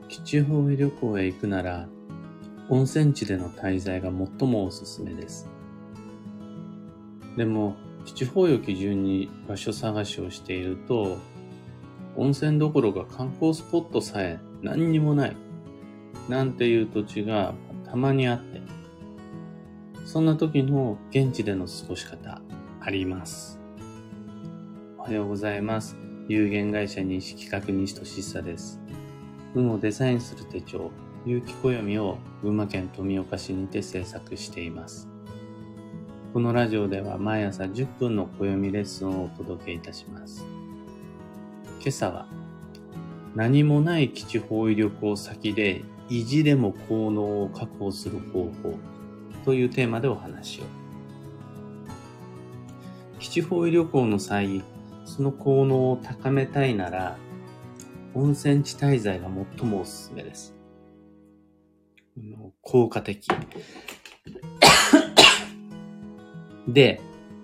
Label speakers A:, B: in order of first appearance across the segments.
A: 地方旅行へ行くなら、温泉地での滞在が最もおすすめです。でも、地方を基準に場所探しをしていると、温泉どころか観光スポットさえ何にもない、なんていう土地がたまにあって、そんな時の現地での過ごし方、あります。おはようございます。有限会社西企画西俊久です。運をデザインする手帳、有機暦を群馬県富岡市にて制作しています。このラジオでは毎朝10分の暦レッスンをお届けいたします。今朝は、何もない地方旅行先で意地でも効能を確保する方法というテーマでお話を。地方旅行の際、その効能を高めたいなら、温泉地滞在が最もおすすめです。効果的。で、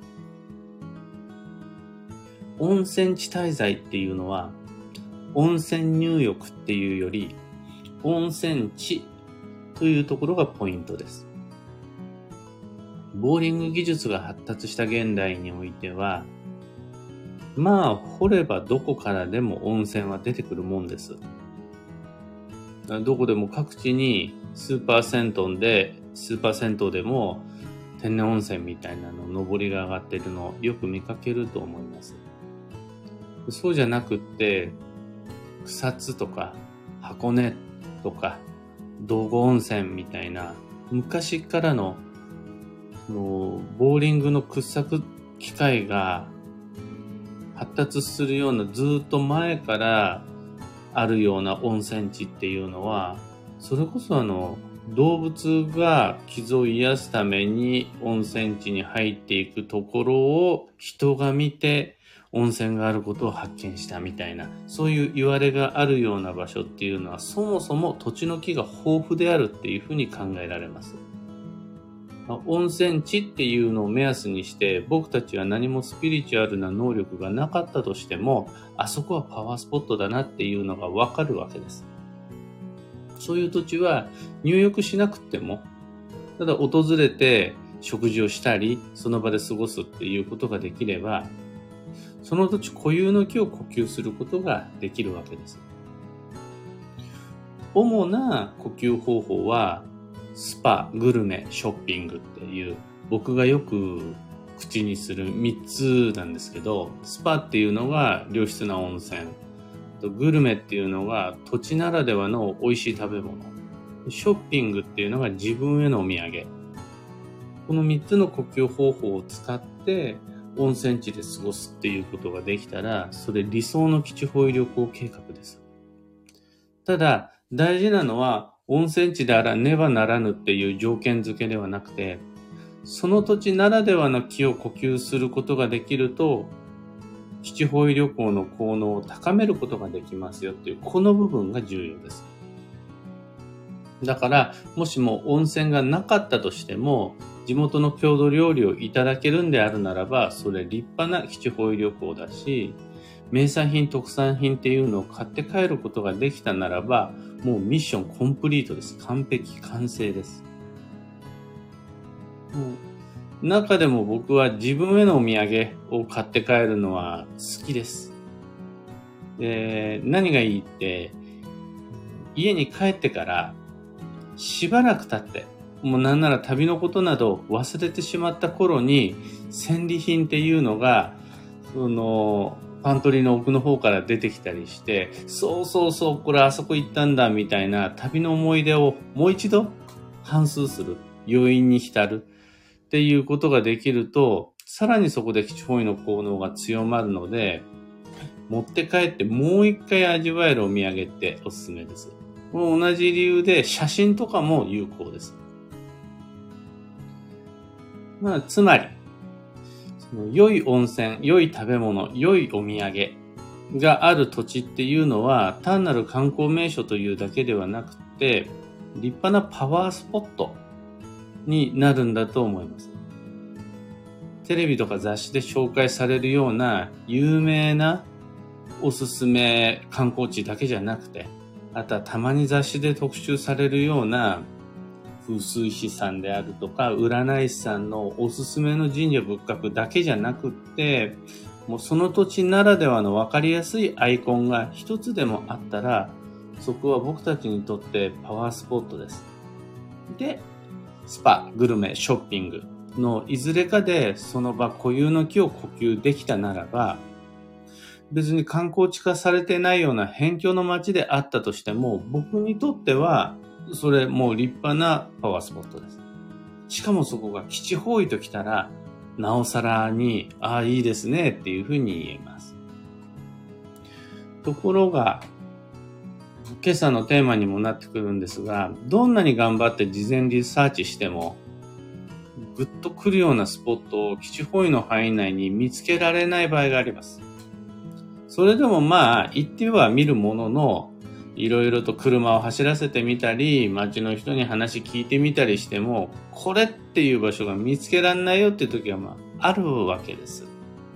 A: 温泉地滞在っていうのは、温泉入浴っていうより、温泉地というところがポイントです。ボーリング技術が発達した現代においては、まあ掘ればどこからでも温泉は出てくるもんです。どこでも各地にスーパー銭湯でも天然温泉みたいなの上りが上がっているのをよく見かけると思います。そうじゃなくって、草津とか箱根とか道後温泉みたいな昔からのボーリングの掘削機械が発達するようなずっと前からあるような温泉地っていうのは、それこそ動物が傷を癒すために温泉地に入っていくところを人が見て温泉があることを発見したみたいな、そういう言われがあるような場所っていうのは、そもそも土地の木が豊富であるっていうふうに考えられます。温泉地っていうのを目安にして、僕たちは何もスピリチュアルな能力がなかったとしても、あそこはパワースポットだなっていうのがわかるわけです。そういう土地は入浴しなくても、ただ訪れて食事をしたり、その場で過ごすっていうことができれば、その土地固有の木を呼吸することができるわけです。主な呼吸方法は、スパ、グルメ、ショッピングっていう、僕がよく口にする3つなんですけど、スパっていうのが良質な温泉、グルメっていうのが土地ならではの美味しい食べ物、ショッピングっていうのが自分へのお土産。この3つの呼吸方法を使って温泉地で過ごすっていうことができたら、それ理想の地方旅行計画です。ただ、大事なのは、温泉地であらねばならぬっていう条件付けではなくて、その土地ならではの気を呼吸することができると、地方旅行の効能を高めることができますよっていう、この部分が重要です。だから、もしも温泉がなかったとしても、地元の郷土料理をいただけるんであるならば、それ立派な地方旅行だし、名産品、特産品っていうのを買って帰ることができたならば、もうミッションコンプリートです。完璧、完成です。中でも僕は自分へのお土産を買って帰るのは好きです。何がいいって、家に帰ってからしばらく経って、もうなんなら旅のことなど忘れてしまった頃に、戦利品っていうのが、パントリーの奥の方から出てきたりして、そう、これあそこ行ったんだみたいな旅の思い出をもう一度反芻する、余韻に浸るっていうことができると、さらにそこで地方の効能が強まるので、持って帰ってもう一回味わえるお土産っておすすめです。この同じ理由で写真とかも有効です。つまり、良い温泉、良い食べ物、良いお土産がある土地っていうのは単なる観光名所というだけではなくて、立派なパワースポットになるんだと思います。テレビとか雑誌で紹介されるような有名なおすすめ観光地だけじゃなくて、 あとはたまに雑誌で特集されるような風水師さんであるとか、占い師さんのおすすめの神社仏閣だけじゃなくって、もうその土地ならではの分かりやすいアイコンが一つでもあったら、そこは僕たちにとってパワースポットです。で、スパ、グルメ、ショッピングのいずれかでその場固有の木を呼吸できたならば、別に観光地化されてないような辺境の街であったとしても、僕にとってはそれもう立派なパワースポットです。しかもそこが基地方位ときたら、なおさらに、ああ、いいですねっていうふうに言えます。ところが、今朝のテーマにもなってくるんですが、どんなに頑張って事前リサーチしても、ぐっと来るようなスポットを基地方位の範囲内に見つけられない場合があります。それでもまあ、行っては見るものの、いろいろと車を走らせてみたり、街の人に話聞いてみたりしても、これっていう場所が見つけられないよっていう時はまあ、あるわけです。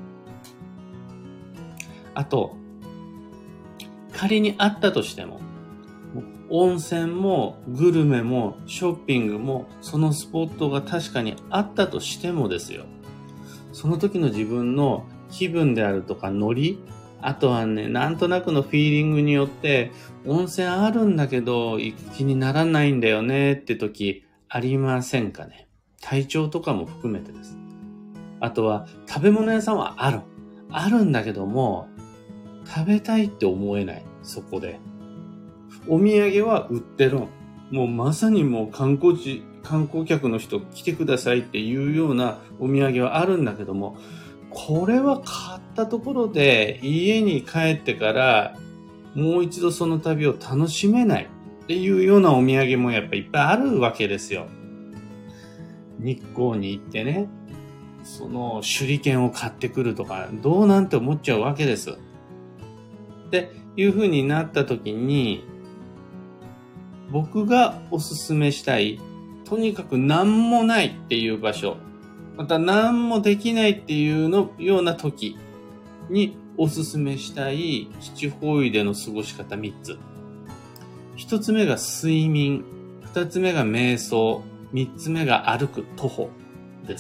A: あと、仮にあったとしても、温泉もグルメもショッピングもそのスポットが確かにあったとしてもですよ。その時の自分の気分であるとかノリ、あとはね、なんとなくのフィーリングによって、温泉あるんだけど行く気にならないんだよねって時ありませんかね。体調とかも含めてです。あとは食べ物屋さんはあるんだけども、食べたいって思えない。そこで。お土産は売ってる。もうまさにもう観光客の人来てくださいっていうようなお土産はあるんだけども、これは買ったところで家に帰ってからもう一度その旅を楽しめないっていうようなお土産もやっぱいっぱいあるわけですよ。日光に行ってね、その手裏剣を買ってくるとか、どうなんて思っちゃうわけです。っていう風になった時に、僕がおすすめしたい、とにかく何もないっていう場所、また何もできないっていうのような時におすすめしたい基地方位での過ごし方3つ。1つ目が睡眠、2つ目が瞑想、3つ目が歩く徒歩です。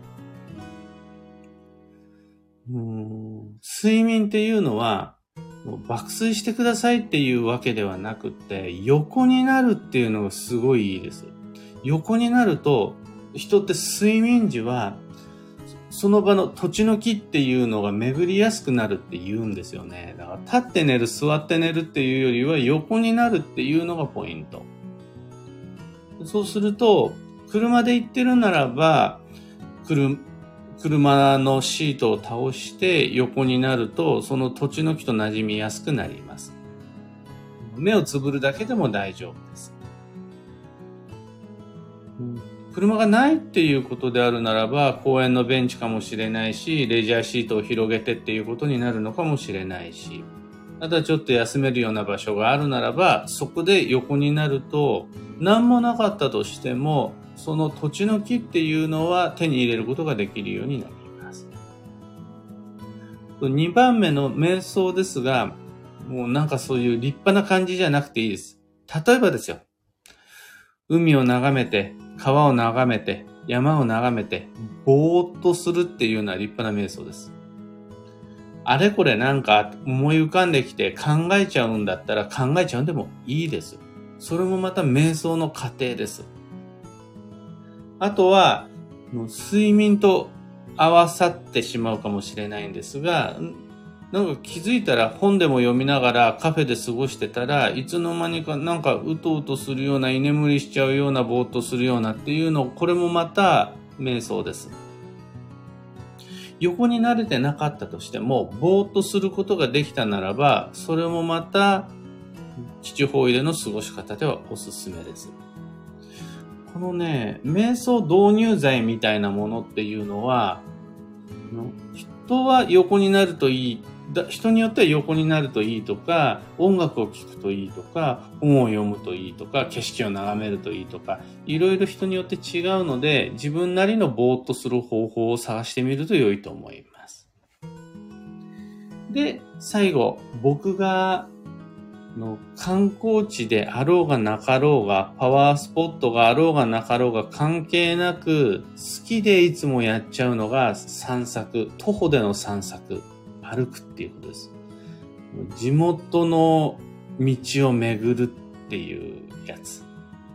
A: 睡眠っていうのはもう爆睡してくださいっていうわけではなくって横になるっていうのがすごいいいです。横になると人って睡眠時はその場の土地の木っていうのが巡りやすくなるって言うんですよね。だから立って寝る座って寝るっていうよりは横になるっていうのがポイント。そうすると車で行ってるならば車のシートを倒して横になるとその土地の木と馴染みやすくなります。目をつぶるだけでも大丈夫です。車がないっていうことであるならば公園のベンチかもしれないし、レジャーシートを広げてっていうことになるのかもしれないし、あとはちょっと休めるような場所があるならばそこで横になると何もなかったとしてもその土地の木っていうのは手に入れることができるようになります。2番目の瞑想ですが、もうなんかそういう立派な感じじゃなくていいです。例えばですよ。海を眺めて、川を眺めて、山を眺めて、ぼーっとするっていうのは立派な瞑想です。あれこれなんか思い浮かんできて考えちゃうんだったら考えちゃうんでもいいです。それもまた瞑想の過程です。あとは、睡眠と合わさってしまうかもしれないんですが、なんか気づいたら本でも読みながらカフェで過ごしてたらいつの間にかなんかうとうとするような居眠りしちゃうようなぼーっとするようなっていうの、これもまた瞑想です。横に慣れてなかったとしてもぼーっとすることができたならばそれもまた基地方位での過ごし方ではおすすめです。このね、瞑想導入剤みたいなものっていうのは人は横になるといい、人によっては横になるといいとか、音楽を聴くといいとか、本を読むといいとか、景色を眺めるといいとか、いろいろ人によって違うので、自分なりのぼーっとする方法を探してみると良いと思います。で、最後、僕が観光地であろうがなかろうが、パワースポットがあろうがなかろうが関係なく、好きでいつもやっちゃうのが散策、徒歩での散策、歩くっていうことです。地元の道を巡るっていうやつ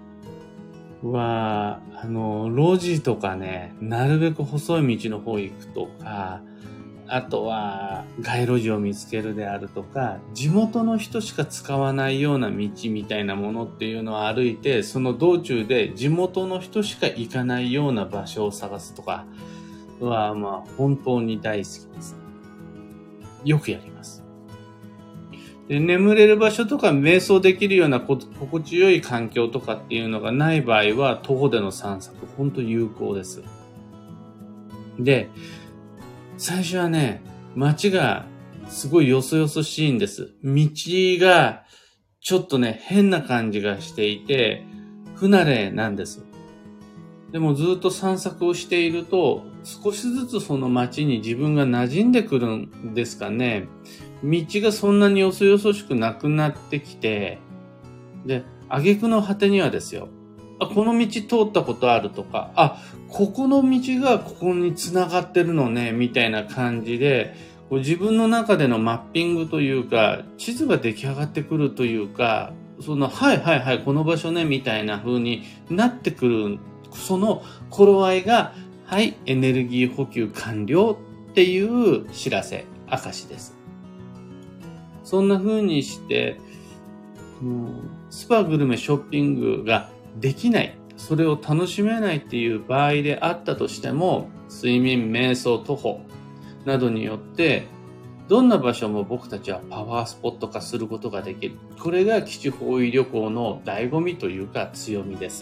A: は、路地とかね、なるべく細い道の方行くとか、あとは街路樹を見つけるであるとか、地元の人しか使わないような道みたいなものっていうのを歩いて、その道中で地元の人しか行かないような場所を探すとかは、本当に大好きです。よくやります。で、眠れる場所とか瞑想できるような心地よい環境とかっていうのがない場合は、徒歩での散策、本当有効です。で、最初はね、街がすごいよそよそしいんです。道がちょっとね、変な感じがしていて、不慣れなんです。でもずっと散策をしていると、少しずつその街に自分が馴染んでくるんですかね。道がそんなによそよそしくなくなってきて、で、挙句の果てにはですよ。この道通ったことあるとか、ここの道がここに繋がってるのね、みたいな感じで、自分の中でのマッピングというか、地図が出来上がってくるというか、この場所ね、みたいな風になってくる、その頃合いが、エネルギー補給完了っていう知らせ、証です。そんな風にして、スパグルメショッピングができない、それを楽しめないっていう場合であったとしても、睡眠、瞑想、徒歩などによって、どんな場所も僕たちはパワースポット化することができる。これが基地方位旅行の醍醐味というか強みです。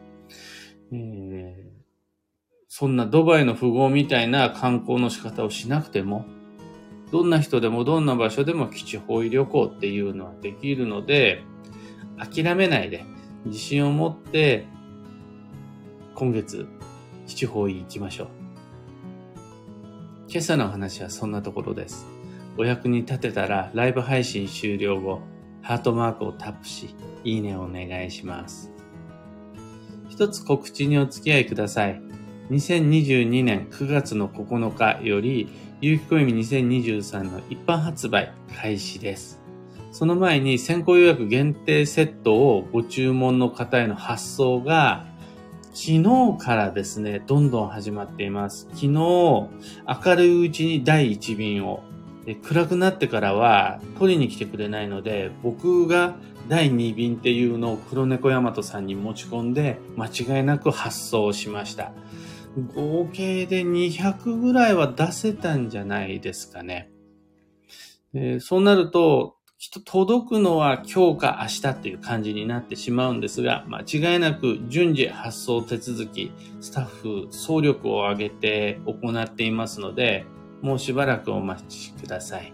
A: そんなドバイの富豪みたいな観光の仕方をしなくても、どんな人でもどんな場所でも基地方位旅行っていうのはできるので、諦めないで自信を持って今月基地方位行きましょう。今朝の話はそんなところです。お役に立てたらライブ配信終了後、ハートマークをタップし、いいねをお願いします。一つ告知にお付き合いください。2022年9月の9日より、有機小読み2023の一般発売開始です。その前に先行予約限定セットをご注文の方への発送が昨日からですね、どんどん始まっています。昨日、明るいうちに第1便を、暗くなってからは取りに来てくれないので、僕が第2便っていうのを黒猫大和さんに持ち込んで、間違いなく発送しました。合計で200ぐらいは出せたんじゃないですかね。そうなると、きっと届くのは今日か明日という感じになってしまうんですが、間違いなく順次発送手続き、スタッフ、総力を挙げて行っていますので、もうしばらくお待ちください。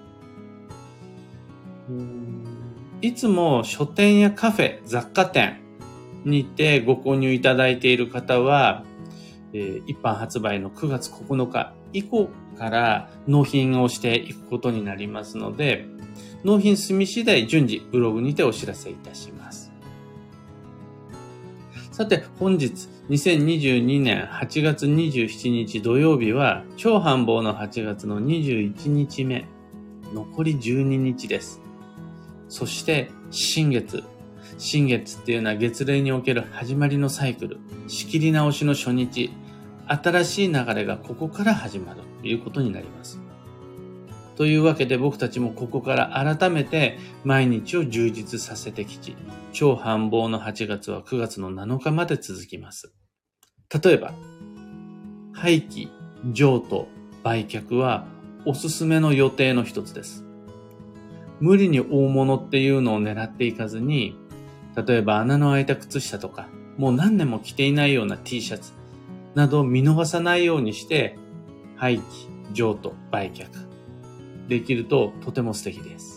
A: いつも書店やカフェ、雑貨店にてご購入いただいている方は、一般発売の9月9日以降から納品をしていくことになりますので、納品済み次第順次ブログにてお知らせいたします。さて本日2022年8月27日土曜日は超繁忙の8月の21日目、残り12日です。そして新月っていうのは月齢における始まりのサイクル、仕切り直しの初日、新しい流れがここから始まるということになります。というわけで僕たちもここから改めて毎日を充実させてきち、超繁忙の8月は9月の7日まで続きます。例えば、廃棄、譲渡、売却はおすすめの予定の一つです。無理に大物っていうのを狙っていかずに、例えば穴の開いた靴下とか、もう何年も着ていないような T シャツなどを見逃さないようにして、廃棄、譲渡、売却できるととても素敵です。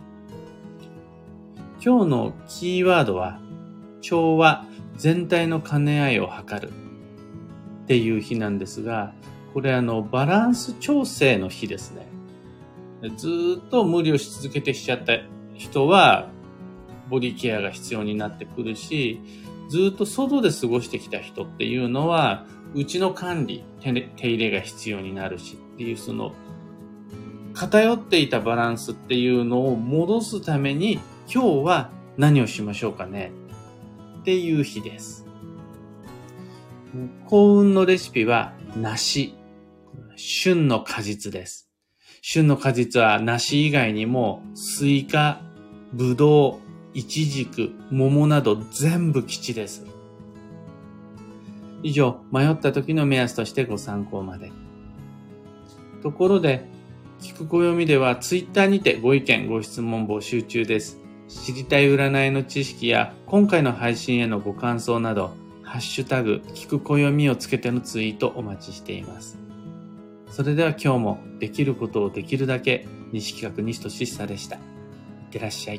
A: 今日のキーワードは、調和、全体の兼ね合いを図るっていう日なんですが、これバランス調整の日ですね。ずっと無理をし続けてきちゃった人は、 ボディケアが必要になってくるし、ずっと外で過ごしてきた人っていうのは、うちの管理、手入れが必要になるしっていう、その、偏っていたバランスっていうのを戻すために、今日は何をしましょうかねっていう日です。幸運のレシピは梨。旬の果実です。旬の果実は梨以外にもスイカ、ぶどう、イチジク、桃など全部吉です。以上、迷った時の目安としてご参考まで。ところで、聞く暦ではツイッターにてご意見、ご質問募集中です。知りたい占いの知識や今回の配信へのご感想など、ハッシュタグ、聞く暦をつけてのツイートお待ちしています。それでは今日もできることをできるだけ、西企画西俊久でした。いってらっしゃい。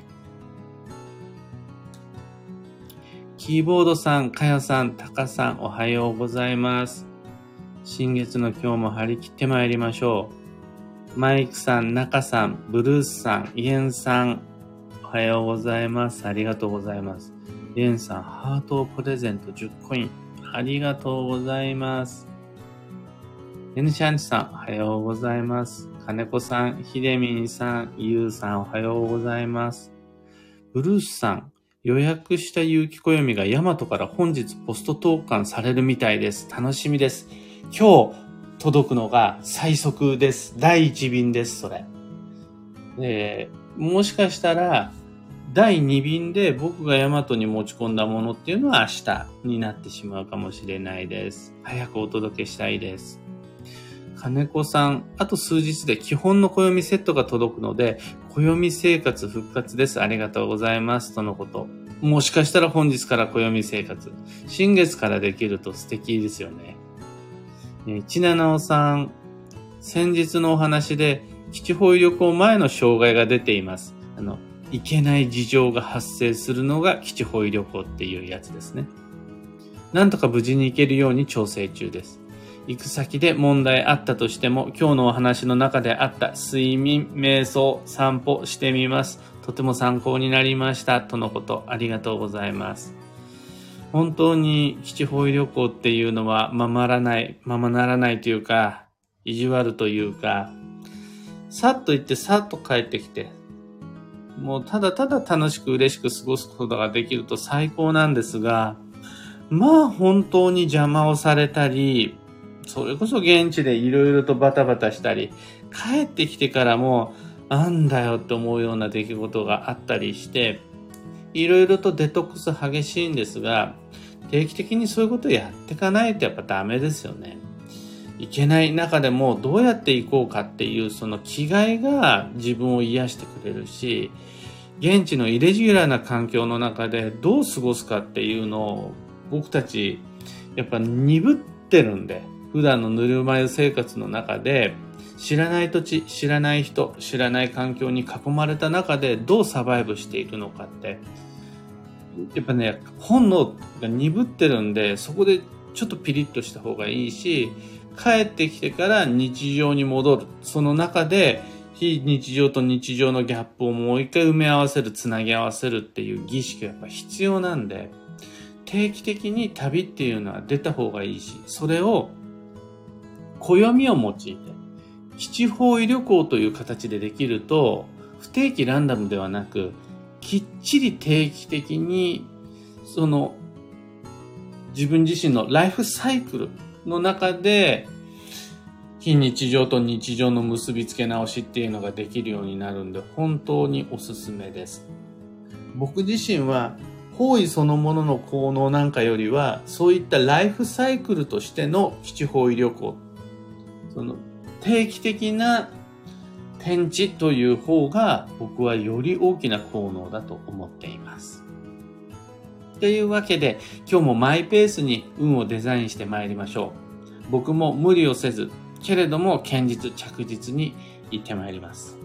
A: キーボードさん、かよさん、たかさん、おはようございます。新月の今日も張り切ってまいりましょう。マイクさん、ナカさん、ブルースさん、イエンさん、おはようございます。ありがとうございます。イエンさん、ハートプレゼント10コイン、ありがとうございます。エヌシャンチさん、おはようございます。金子さん、ヒデミンさん、ユウさん、おはようございます。ブルースさん、予約した有機暦がヤマトから本日ポスト投函されるみたいです。楽しみです。今日届くのが最速です。第1便です、それ。もしかしたら、第2便で僕がヤマトに持ち込んだものっていうのは明日になってしまうかもしれないです。早くお届けしたいです。金子さん、あと数日で基本の暦セットが届くので、暦生活復活です。ありがとうございます。とのこと。もしかしたら本日から暦生活。新月からできると素敵ですよね。ちななおさん、先日のお話で、基地方位旅行前の障害が出ています。いけない事情が発生するのが基地方位旅行っていうやつですね。なんとか無事に行けるように調整中です。行く先で問題あったとしても、今日のお話の中であった睡眠、瞑想、散歩してみます。とても参考になりました。とのこと、ありがとうございます。本当に基地方位旅行っていうのはままならないというか、意地悪というか、さっと行ってさっと帰ってきて、もうただただ楽しく嬉しく過ごすことができると最高なんですが、まあ本当に邪魔をされたり、それこそ現地でいろいろとバタバタしたり、帰ってきてからもなんだよって思うような出来事があったりして、いろいろとデトックス激しいんですが、定期的にそういうことをやっていかないとやっぱダメですよね。いけない中でもどうやっていこうかっていうその気概が自分を癒してくれるし、現地のイレギュラーな環境の中でどう過ごすかっていうのを僕たちやっぱ鈍ってるんで、普段のぬるま湯生活の中で知らない土地、知らない人、知らない環境に囲まれた中でどうサバイブしていくのかって、やっぱね、本能が鈍ってるんで、そこでちょっとピリッとした方がいいし、帰ってきてから日常に戻る。その中で非日常と日常のギャップをもう一回埋め合わせる、つなぎ合わせるっていう儀式がやっぱ必要なんで、定期的に旅っていうのは出た方がいいし、それを暦を用いて、基地方位旅行という形でできると、不定期ランダムではなく、きっちり定期的に、その、自分自身のライフサイクルの中で、非日常と日常の結びつけ直しっていうのができるようになるんで、本当におすすめです。僕自身は、方位そのものの効能なんかよりは、そういったライフサイクルとしての基地方位旅行、その定期的な天地という方が僕はより大きな効能だと思っています。というわけで今日もマイペースに運をデザインしてまいりましょう。僕も無理をせず、けれども堅実着実に行ってまいります。